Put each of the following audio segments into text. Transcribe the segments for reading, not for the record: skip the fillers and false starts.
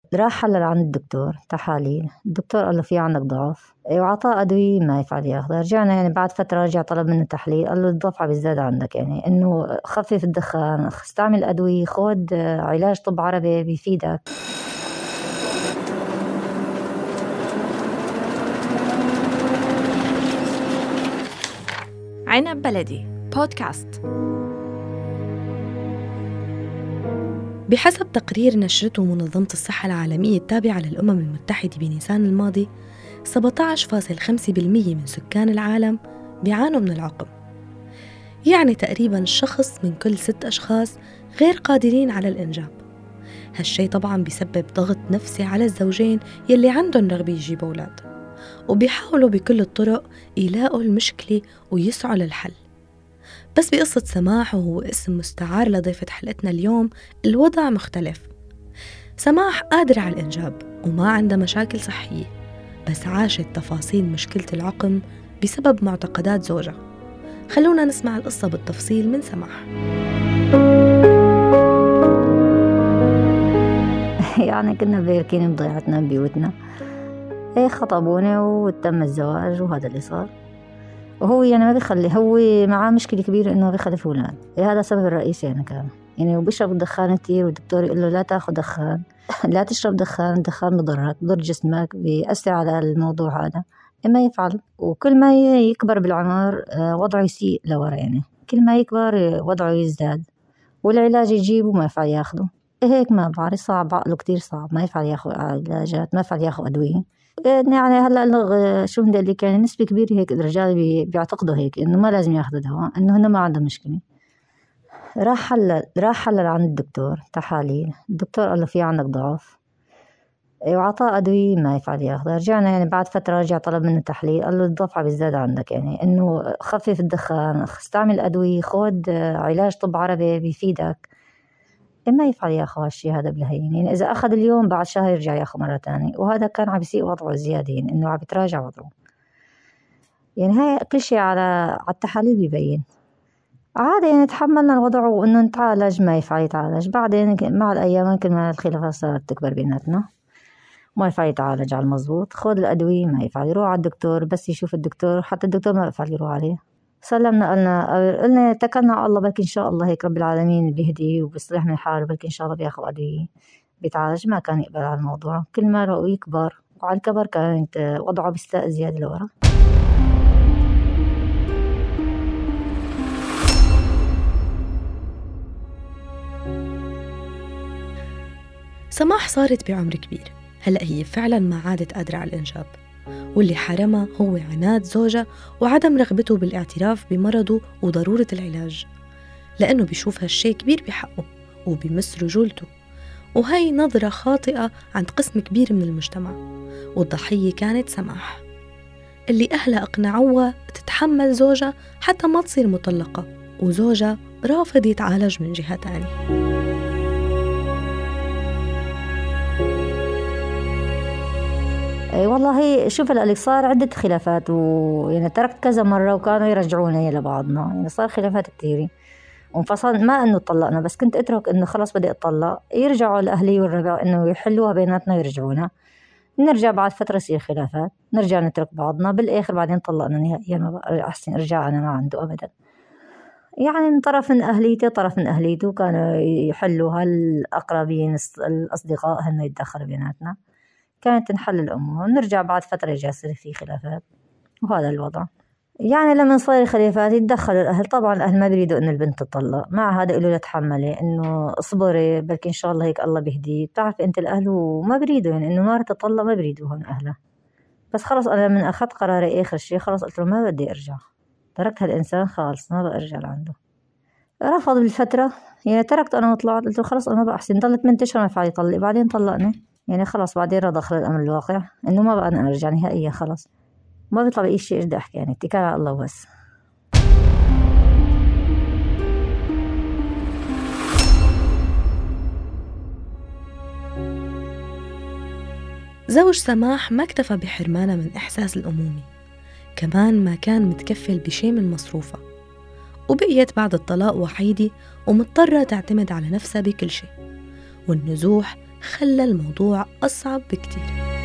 راح حلل عند الدكتور تحاليل، الدكتور قال له في عندك ضعف وعطاه أدوية ما يفعل ياخذها. رجعنا يعني بعد فترة رجع طلب منه تحليل، قال له الضفعة بالزاد عندك، يعني إنه خفف الدخان، استعمل أدوية، خذ علاج طب عربي بيفيدك. عنب بلدي بودكاست. بحسب تقرير نشرته منظمة الصحة العالمية التابعة للأمم المتحدة بنيسان الماضي، 17.5% من سكان العالم بيعانوا من العقم. يعني تقريباً شخص من كل 6 أشخاص غير قادرين على الإنجاب. هالشي طبعاً بيسبب ضغط نفسي على الزوجين يلي عندهم رغبة يجيبوا أولاد، وبيحاولوا بكل الطرق يلاقوا المشكلة ويسعوا للحل. بس بقصة سماح، وهو اسم مستعار لضيفة حلقتنا اليوم، الوضع مختلف. سماح قادرة على الإنجاب وما عندها مشاكل صحية، بس عاشت تفاصيل مشكلة العقم بسبب معتقدات زوجها. خلونا نسمع القصة بالتفصيل من سماح. يعني كنا بيركين بضيعتنا ببيوتنا، خطبوني وتم الزواج وهذا اللي صار. وهو يعني ما بيخلي، هو معاه مشكلة كبيرة إنه بيخلف أولاد، هذا السبب الرئيسي يعني كان. يعني وبيشرب الدخان كتير، والدكتور يقول له لا تأخذ دخان، لا تشرب دخان، الدخان بضرك، بضر جسمك، بيأثر على الموضوع هذا. ما يفعل، وكل ما يكبر بالعمر وضعه يسيء لورا، يعني كل ما يكبر وضعه يزداد، والعلاج يجيبه ما يفعل ياخده. هيك ما بعرف، صعب عقله كتير صعب، ما يفعل ياخد علاجات، ما يفعل ياخد أدوية. يعني هلا شو بدي لك، يعني نسبة كبيرة هيك الرجال بيعتقدوا هيك إنه ما لازم ياخذوا دواء، إنه هن ما عندهم مشكلة. راح حلل عند الدكتور تحاليل، الدكتور قال له في عندك ضعف وعطاه أدوية ما يفعل ياخذها. رجعنا يعني بعد فترة رجع طلب منه تحليل، قال له الضفعة بالزاد عندك، يعني إنه خفف الدخان، استعمل أدوية، خذ علاج طب عربي بيفيدك. ما يفعل ياخذ هالشي هذا بالهين، يعني إذا أخذ اليوم بعد شهر يرجع ياخذ مرة تانية، وهذا كان عم يسيء وضعه زيادة، يعني إنه عم يتراجع وضعه. يعني هاي كل شيء على التحاليل بيبين. عادي يعني تحملنا الوضع وإنه نتعالج، ما يفعل يتعالج. بعدين مع الأيام كل ما الخلافات صارت تكبر بيناتنا، ما يفعل يتعالج على المزبوط، خذ الأدوية ما يفعل، يروح على الدكتور، بس يشوف الدكتور، حتى الدكتور ما يفعل يروح عليه. سلمنا، قلنا تكلنا على الله، بلكي إن شاء الله هيك رب العالمين بيهدي وبيصلح من حاله، بلكي إن شاء الله بياخذ أدوية بيتعالج. ما كان يقبل على الموضوع، كل ما رأوا يكبر، وعلى الكبر كانت وضعه بيستاء زيادة لورا. سماح صارت بعمر كبير، هلأ هي فعلا ما عادت قادرة على الإنجاب، واللي حرمها هو عناد زوجها وعدم رغبته بالاعتراف بمرضه وضرورة العلاج، لأنه بيشوف هالشي كبير بحقه وبيمس رجولته. وهي نظرة خاطئة عند قسم كبير من المجتمع، والضحية كانت سماح، اللي أهلها أقنعوها تتحمل زوجها حتى ما تصير مطلقة، وزوجها رافض يتعالج من جهة تانية. والله شوف اللي صار عدة خلافات، ويعني تركت كذا مرة وكانوا يرجعوني لبعضنا، يعني صار خلافات كتيرة وانفصل. ما انه طلقنا، بس كنت اترك انه خلاص بدي اطلق، يرجعوا الاهلي والربع انه يحلوها بيناتنا ويرجعونا، نرجع بعد فترة يصير خلافات، نرجع نترك بعضنا، بالاخر بعدين طلقنا نهائيا. ما بقى احسن ارجع انا ما عنده ابدا، يعني من طرف من اهليتي طرف من اهليته كانوا يحلوها، الاقربين الاصدقاء هن يتدخلوا بيناتنا، كانت تنحل الأمور، ونرجع بعد فترة يصير في خلافات، وهذا الوضع. يعني لما صار خلافات يتدخلوا الأهل، طبعا الأهل ما بيريدوا إنه البنت تطلق، مع هذا يقولوا لا تحملي، إنه اصبري بلكي إن شاء الله هيك الله بيهدي. بتعرف أنت الأهل وما بيريدوا، يعني إنه ما تطلق ما بيريدوهم أهلها. بس خلص أنا من أخذت قراري آخر شيء، خلص قلت له ما بدي أرجع، تركت هالإنسان خالص، ما بقى أرجع لعنده. رفض بالفترة، يعني تركت أنا وطلعت، قلت له خلص أنا ما بقى أحسن، ضلت 8 أشهر ما ينفع يطلق، بعدين طلقني. يعني خلاص بعدين رضخ للأمر الواقع إنه ما بقى أنا أرجع نهائيا، خلاص ما بيطلع بأي شيء أجد أحكي، يعني اتكال على الله بس. زوج سماح ما اكتفى بحرمانها من إحساس الأمومة، كمان ما كان متكفل بشيء من مصروفها، وبقيت بعد الطلاق وحيدة ومضطرة تعتمد على نفسها بكل شيء، والنزوح خلى الموضوع أصعب بكتير.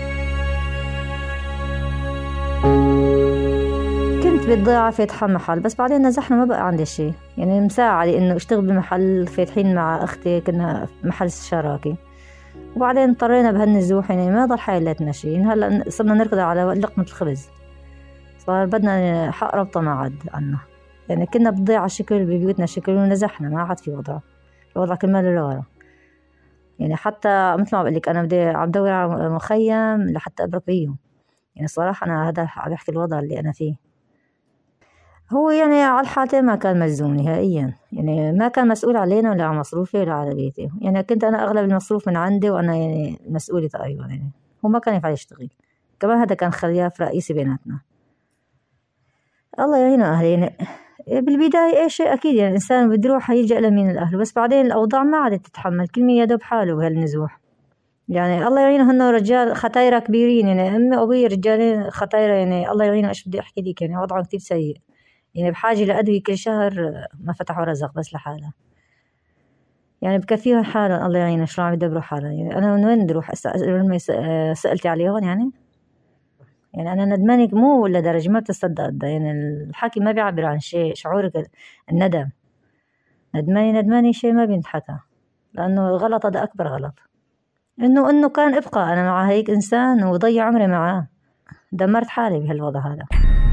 كنت بالضيعة فاتحة محل، بس بعدين نزحنا ما بقى عندي شيء، يعني مساعدة إنه أشتغل بمحل فاتحين مع أختي، كنا محل شراكي. وبعدين اضطرينا بهالنزوح، يعني ما ضل حيلتنا شيء. هلا صرنا نركض على لقمة الخبز، صار بدنا حق ربطة ما عاد عنا. يعني كنا بالضيعة شكل، ببيوتنا شكل، ونزحنا ما عاد في وضع، الوضع كل ماله لورا. يعني حتى مثل ما بقول لك، أنا بدي عم دور على مخيم لحتى أبرك بيه. يعني صراحة أنا هذا عم بحكي الوضع اللي أنا فيه. هو يعني على الحالتين ما كان ملزوم نهائيا، يعني ما كان مسؤول علينا ولا على مصروفي ولا على بيتي. يعني كنت أنا أغلب المصروف من عندي، وأنا يعني مسؤولي تقريبا. يعني هو ما كان ينفع يشتغل كمان، هذا كان خلاف رئيسي بيناتنا. الله يعينه أهلي. بالبداية أي شيء أكيد، يعني الإنسان بده يروح يلجأ لمين الأهل، بس بعدين الأوضاع ما عادت تتحمل، كل مين يده بحاله بهالنزوح. يعني الله يعينه، هن رجال ختايرة كبيرين، يعني أمي وأبوي رجالين ختايرة، يعني الله يعينه. إيش بدي أحكي لك، يعني وضعهم كتير سيء، يعني بحاجة لأدوية كل شهر، ما فتحوا رزق بس لحالها. يعني بكفيهم حالهم، الله يعينه شو عم يدبروا حالهم. يعني أنا من وين بدي أروح سألتي عليهم؟ يعني أنا ندمانك مو ولا درجة ما بتصدق ده. يعني الحكي ما بيعبر عن شيء، شعورك الندم. ندماني شيء ما بينحكى، لأنه الغلط هذا أكبر غلط. إنه كان أبقى أنا مع هيك إنسان وضيع عمري معاه، دمرت حالي بهالوضع هذا.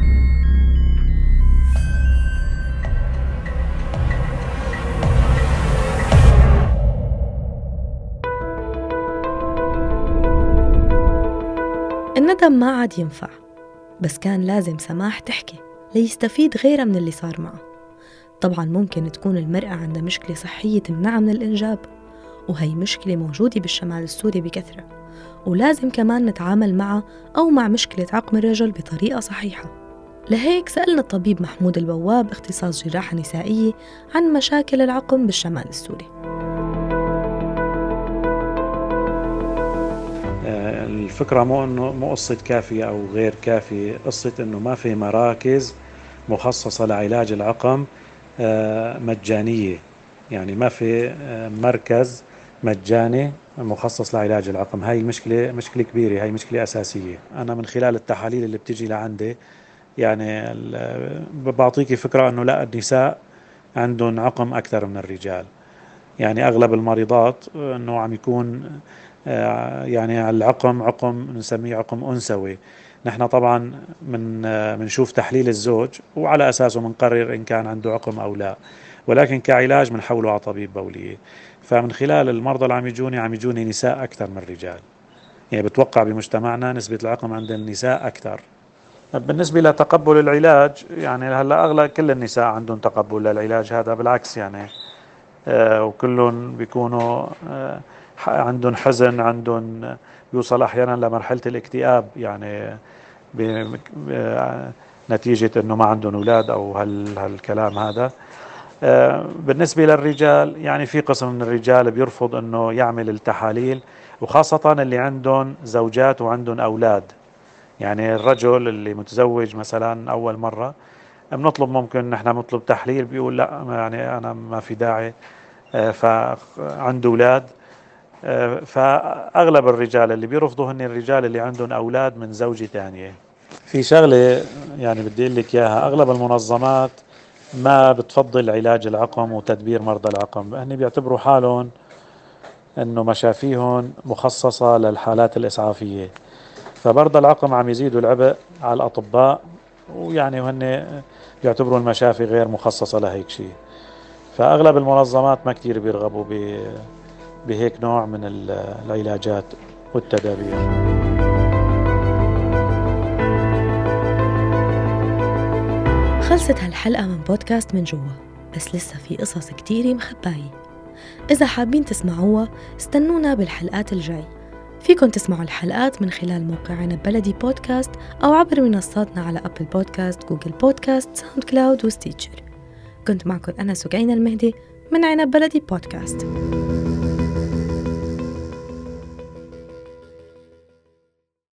الندم ما عاد ينفع، بس كان لازم سماح تحكي ليستفيد غيرها من اللي صار معه. طبعا ممكن تكون المرأة عندها مشكلة صحية تمنعها من الإنجاب، وهي مشكلة موجودة بالشمال السوري بكثرة، ولازم كمان نتعامل معها أو مع مشكلة عقم الرجل بطريقة صحيحة. لهيك سألنا الطبيب محمود البواب اختصاص جراحة نسائية عن مشاكل العقم بالشمال السوري. الفكرة مو قصة كافية أو غير كافية، قصة إنه ما في مراكز مخصصة لعلاج العقم مجانية. يعني ما في مركز مجاني مخصص لعلاج العقم. هاي مشكلة كبيرة، هاي مشكلة أساسية. أنا من خلال التحاليل اللي بتجي لعندي يعني بعطيكي فكرة إنه لا، النساء عندهم عقم أكثر من الرجال. يعني أغلب المريضات إنه عم يكون يعني عقم نسميه عقم أنثوي. نحن طبعا منشوف تحليل الزوج وعلى أساسه منقرر إن كان عنده عقم أو لا، ولكن كعلاج منحوله على طبيب بولية. فمن خلال المرضى اللي عم يجوني نساء أكثر من الرجال. يعني بتوقع بمجتمعنا نسبة العقم عند النساء أكثر. بالنسبة لتقبل العلاج، يعني هلا أغلب كل النساء عندهم تقبل للعلاج هذا، بالعكس يعني وكلهم بيكونوا عندهم حزن، عندهم يوصل أحيانا لمرحلة الاكتئاب، يعني نتيجة أنه ما عندهم أولاد أو هالكلام هذا. بالنسبة للرجال، يعني في قسم من الرجال بيرفض أنه يعمل التحاليل، وخاصة اللي عندهم زوجات وعندهم أولاد. يعني الرجل اللي متزوج مثلا أول مرة بنطلب، ممكن نحن نطلب تحليل، بيقول لا يعني أنا ما في داعي، فعنده أولاد. فأغلب الرجال اللي بيرفضوا هن الرجال اللي عندهم أولاد من زوجة تانية. في شغلة يعني بدي أقول لك إياها، أغلب المنظمات ما بتفضل علاج العقم وتدبير مرضى العقم، هن بيعتبروا حالهم إنه مشافيهم مخصصة للحالات الإسعافية. فمرضى العقم عم يزيدوا العبء على الأطباء، ويعني هن بيعتبروا المشافي غير مخصصة لهيك شيء. فأغلب المنظمات ما كتير بيرغبوا بهيك نوع من العلاجات والتدابير. خلصت هالحلقة من بودكاست من جوا، بس لسه في قصص كتيرة مخباية. إذا حابين تسمعوها استنونا بالحلقات الجاي. فيكن تسمعوا الحلقات من خلال موقع عنب بلدي بودكاست أو عبر منصاتنا على أبل بودكاست، جوجل بودكاست، ساوند كلاود وستيتشر. كنت معكم أنا سكينة المهدي من عنب بلدي بودكاست.